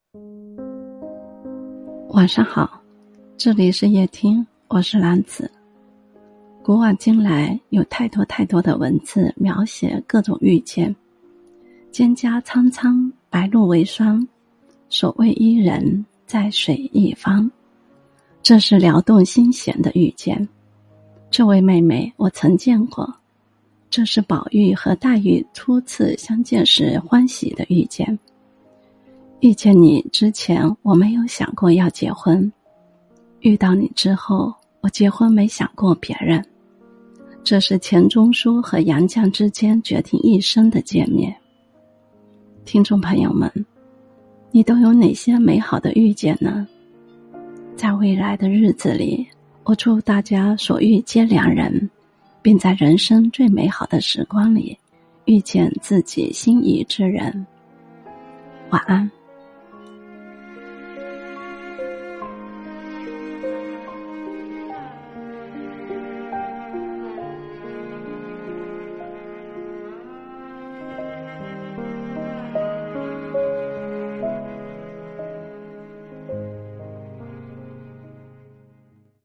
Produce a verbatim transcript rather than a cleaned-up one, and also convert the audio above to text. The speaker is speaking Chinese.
晚上好，这里是夜听，我是兰子。古往今来，有太多太多的文字描写各种遇见，蒹葭苍苍，白露为霜，所谓伊人，在水一方。这是撩动心弦的遇见。这位妹妹我曾见过，这是宝玉和黛玉初次相见时欢喜的遇见。遇见你之前，我没有想过要结婚；遇到你之后，我结婚没想过别人。这是钱钟书和杨绛之间决定一生的见面。听众朋友们，你都有哪些美好的遇见呢？在未来的日子里，我祝大家所遇皆良人，并在人生最美好的时光里遇见自己心仪之人。晚安。